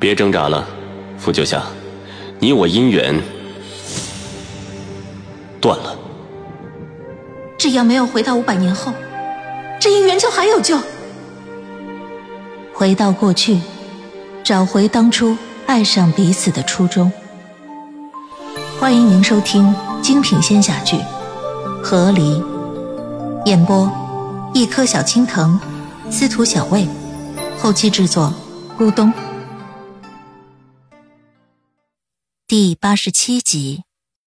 别挣扎了，傅九夏，你我姻缘断了。 只要没有回到500年后，这姻缘就还有救。回到过去，找回当初爱上彼此的初衷。欢迎您收听精品仙侠剧《和离》，演播一颗小青藤，司徒小卫，后期制作咕咚。第87集。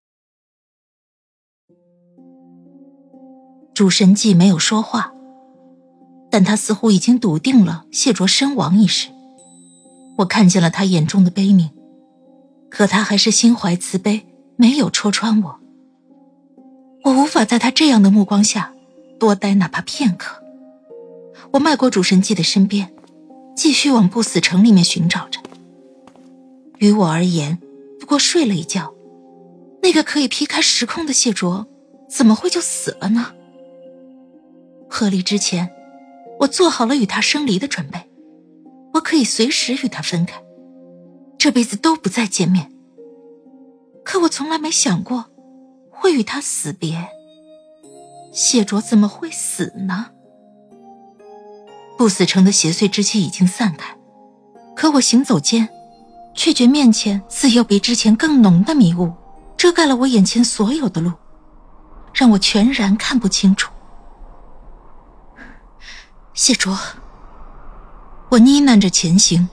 主神纪没有说话，但他似乎已经笃定了谢卓身亡一事。我看见了他眼中的悲悯，可他还是心怀慈悲，没有戳穿我。我无法在他这样的目光下多待哪怕片刻。我迈过主神纪的身边，继续往不死城里面寻找着。于我而言，不过睡了一觉，那个可以劈开时空的谢卓怎么会就死了呢？和离之前，我做好了与他生离的准备，我可以随时与他分开，这辈子都不再见面。可我从来没想过会与他死别。谢卓怎么会死呢？不死城的邪祟之气已经散开，可我行走间却觉面前似有比之前更浓的迷雾遮盖了我眼前所有的路，让我全然看不清楚。谢卓，我呢喃着前行。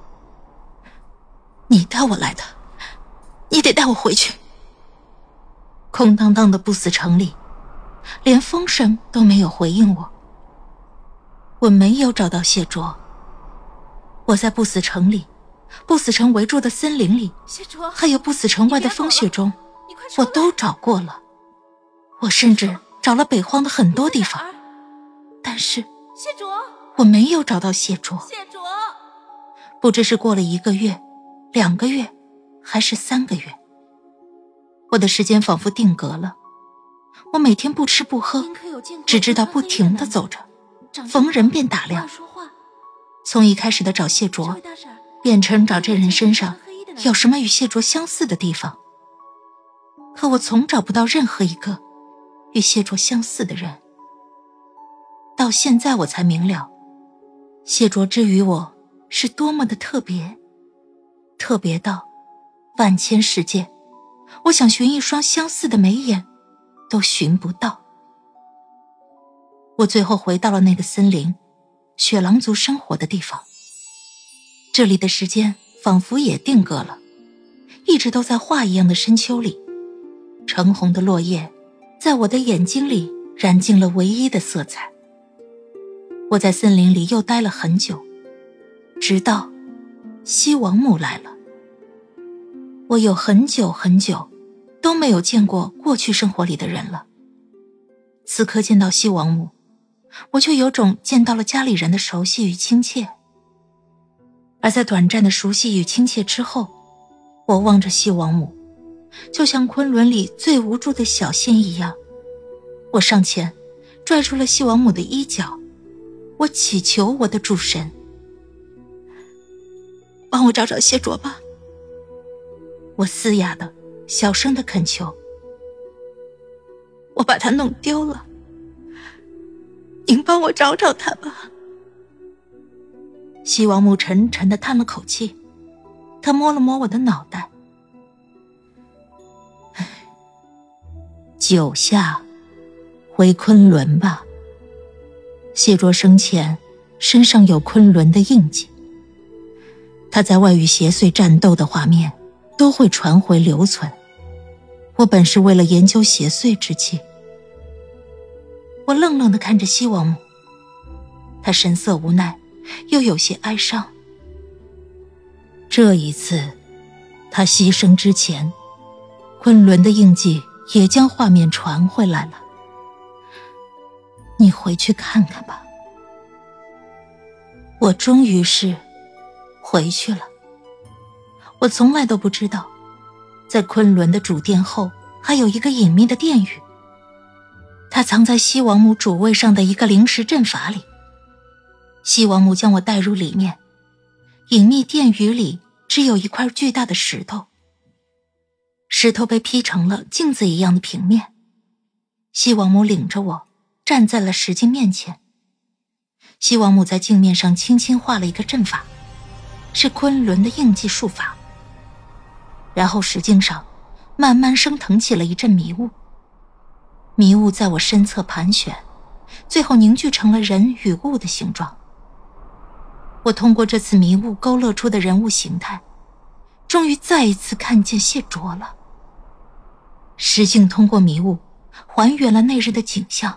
你带我来的，你得带我回去。空荡荡的不死城里，连风声都没有回应我。我没有找到谢卓，我在不死城里，不死城围住的森林里，还有不死城外的风雪中，我都找过了。我甚至找了北荒的很多地方，但是谢卓， 我没有找到谢卓。 谢卓， 不知是过了1个月、2个月，还是3个月。我的时间仿佛定格了，我每天不吃不喝，只知道不停地走着，逢人便打量。从一开始的找谢卓，变成找这人身上有什么与谢卓相似的地方。可我总找不到任何一个与谢卓相似的人。到现在我才明了，谢卓之于我是多么的特别，特别到万千世界，我想寻一双相似的眉眼都寻不到。我最后回到了那个森林，雪狼族生活的地方。这里的时间仿佛也定格了，一直都在画一样的深秋里，橙红的落叶在我的眼睛里染尽了唯一的色彩。我在森林里又待了很久，直到西王母来了。我有很久很久都没有见过过去生活里的人了。此刻见到西王母，我却有种见到了家里人的熟悉与亲切。而在短暂的熟悉与亲切之后，我望着西王母，就像昆仑里最无助的小仙一样。我上前拽住了西王母的衣角，我祈求我的主神，帮我找找谢卓吧。我嘶哑的小声的恳求，我把他弄丢了，您帮我找找他吧。西王母沉沉地叹了口气，他摸了摸我的脑袋。九夏，回昆仑吧。谢卓生前身上有昆仑的印记，他在外与邪祟战斗的画面都会传回留存。我本是为了研究邪祟之气。我愣愣地看着西王母，她神色无奈，又有些哀伤。这一次，她牺牲之前，昆仑的印记也将画面传回来了。你回去看看吧。我终于是回去了。我从来都不知道，在昆仑的主殿后还有一个隐秘的殿宇，它藏在西王母主位上的一个临时阵法里。西王母将我带入里面，隐秘殿宇里只有一块巨大的石头。石头被劈成了镜子一样的平面。西王母领着我站在了石镜面前。西王母在镜面上轻轻画了一个阵法，是昆仑的印记术法。然后石镜上慢慢升腾起了一阵迷雾，迷雾在我身侧盘旋，最后凝聚成了人与物的形状。我通过这次迷雾勾勒出的人物形态，终于再一次看见谢卓了。石镜通过迷雾还原了那日的景象。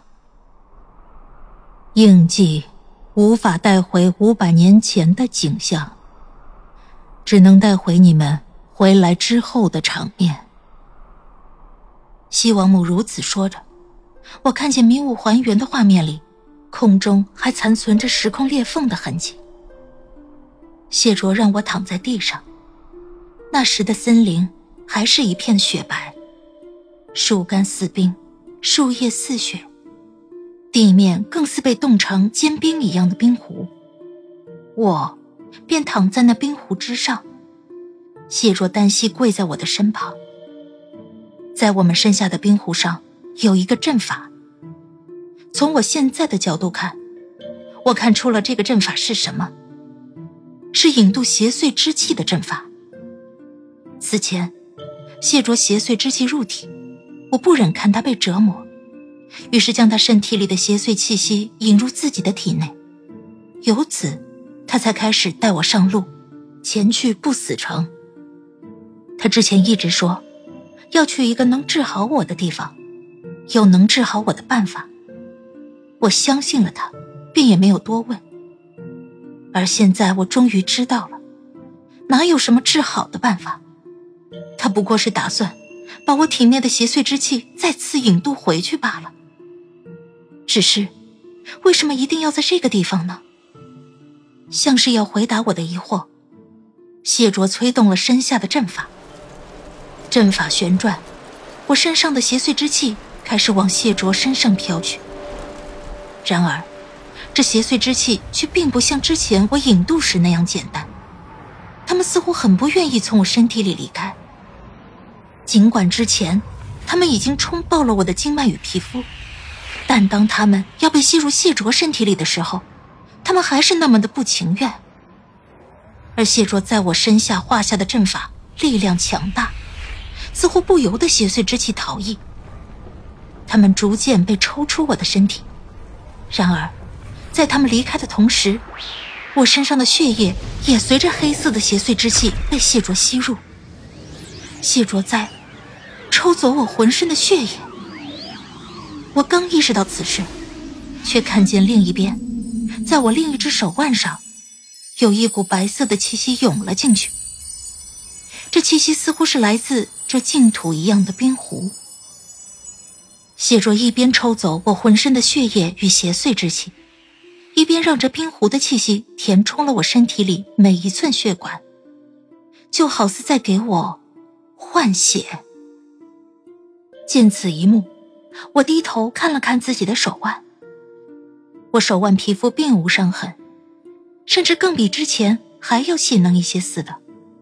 印记无法带回500年前的景象，只能带回你们回来之后的场面。西王母如此说着，我看见迷雾还原的画面里，空中还残存着时空裂缝的痕迹。谢卓让我躺在地上，那时的森林还是一片雪白，树干似冰，树叶似雪，地面更似被冻成坚冰一样的冰湖。我便躺在那冰湖之上，谢卓单膝跪在我的身旁。在我们身下的冰湖上有一个阵法，从我现在的角度看，我看出了这个阵法是什么，是引渡邪祟之气的阵法。此前谢卓邪祟之气入体，我不忍看他被折磨，于是将他身体里的邪祟气息引入自己的体内，由此他才开始带我上路，前去不死城。他之前一直说要去一个能治好我的地方，有能治好我的办法。我相信了他，便也没有多问。而现在我终于知道了，哪有什么治好的办法，他不过是打算把我体内的邪祟之气再次引渡回去罢了。只是为什么一定要在这个地方呢？像是要回答我的疑惑，谢卓催动了身下的阵法。阵法旋转，我身上的邪祟之气开始往谢卓身上飘去。然而这邪祟之气却并不像之前我引渡时那样简单，他们似乎很不愿意从我身体里离开。尽管之前他们已经冲爆了我的经脉与皮肤，但当他们要被吸入谢卓身体里的时候，他们还是那么的不情愿。而谢卓在我身下画下的阵法力量强大，似乎不由得邪祟之气逃逸，他们逐渐被抽出我的身体。然而在他们离开的同时，我身上的血液也随着黑色的邪祟之气被谢卓吸入。谢卓在抽走我浑身的血液。我刚意识到此事，却看见另一边，在我另一只手腕上有一股白色的气息涌了进去。这气息似乎是来自这净土一样的冰湖。谢卓一边抽走我浑身的血液与邪祟之气，一边让这冰湖的气息填充了我身体里每一寸血管，就好似在给我换血。见此一幕，我低头看了看自己的手腕，我手腕皮肤并无伤痕，甚至更比之前还要细嫩一些似的。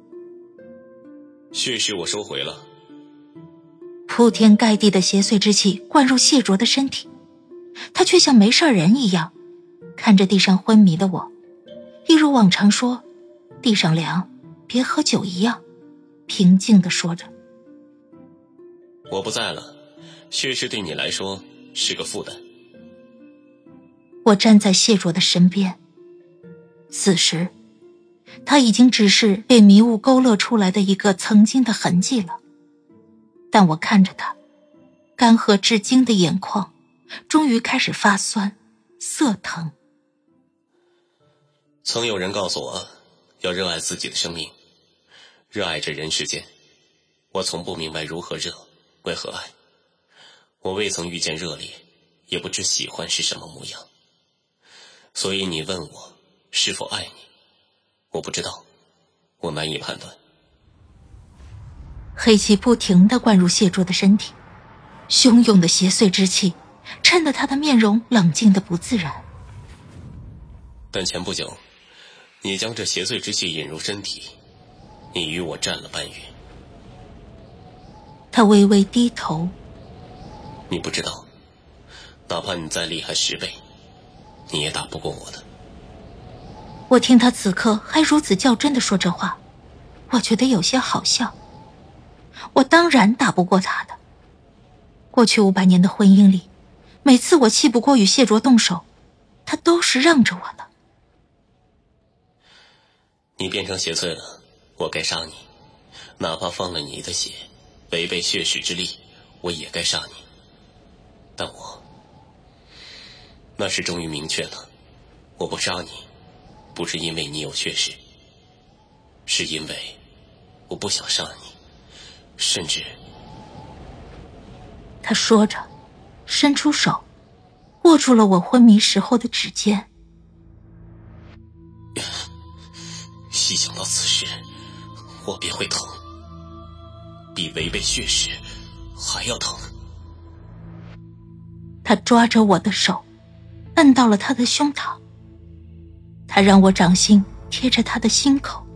血势我收回了。 铺天盖地的邪祟之气灌入谢卓的身体，他却像没事人一样看着地上昏迷的我，一如往常说地上凉别喝酒一样平静地说着。 我不在了，血势对你来说是个负担。 我站在谢卓的身边，此时他已经只是被迷雾勾勒出来的一个曾经的痕迹了。但我看着他干涸至今的眼眶终于开始发酸涩疼。 曾有人告诉我要热爱自己的生命，热爱这人世间。我从不明白如何热，为何爱。我未曾遇见热烈，也不知喜欢是什么模样。所以你问我是否爱你，我不知道，我难以判断。 黑气不停地灌入谢卓的身体，汹涌的邪祟之气衬得他的面容冷静得不自然。 但前不久你将这邪祟之气引入身体， 你与我战了半月。 他微微低头。 你不知道，哪怕你再厉害10倍，你也打不过我的。 我听他此刻还如此较真地说这话，我觉得有些好笑。我当然打不过他的。过去500年的婚姻里，每次我气不过与谢卓动手，他都是让着我的。 你变成邪祟了，我该杀你，哪怕放了你的血，违背血史之力，我也该杀你。但我那时终于明确了，我不杀你，不是因为你有血史，是因为我不想杀你，甚至…… 他说着，伸出手，握住了我昏迷时候的指尖。 细想到此时，我便会疼，比违背血史还要疼。 他抓着我的手，摁到了他的胸膛。他让我掌心贴着他的心口。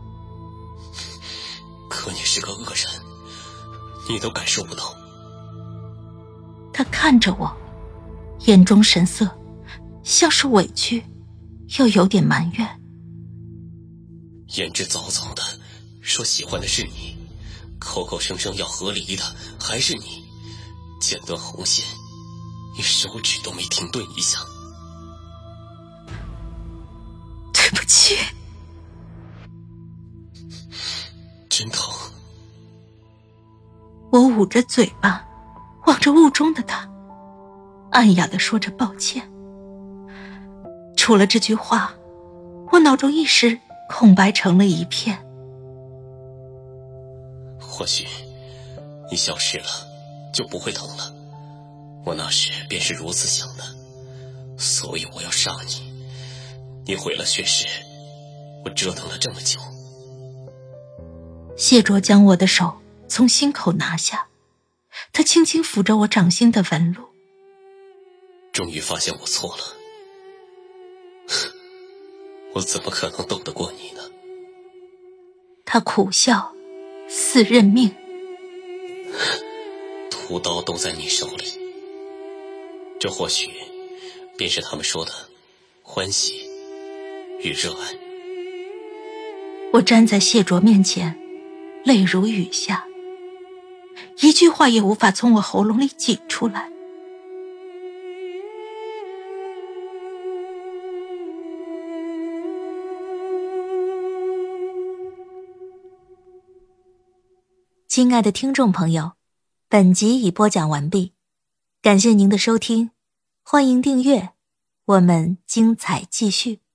可你是个恶人，你都感受不到。 他看着我，眼中神色像是委屈，又有点埋怨。 言之凿凿的说喜欢的是你，口口声声要和离的还是你，剪断红线，你手指都没停顿一下。 对不起。 真疼。 我捂着嘴巴，望着雾中的他，暗哑地说着抱歉。除了这句话，我脑中一时空白成了一片。 或许你消失了就不会疼了，我那时便是如此想的，所以我要杀你。你毁了血史，我折腾了这么久。 谢卓将我的手从心口拿下，他轻轻抚着我掌心的纹路。 终于发现我错了，我怎么可能斗得过你呢？ 他苦笑，似认命。 屠刀都在你手里，这或许便是他们说的欢喜与热爱。 我站在谢卓面前，泪如雨下，一句话也无法从我喉咙里挤出来。亲爱的听众朋友，本集已播讲完毕，感谢您的收听，欢迎订阅，我们精彩继续。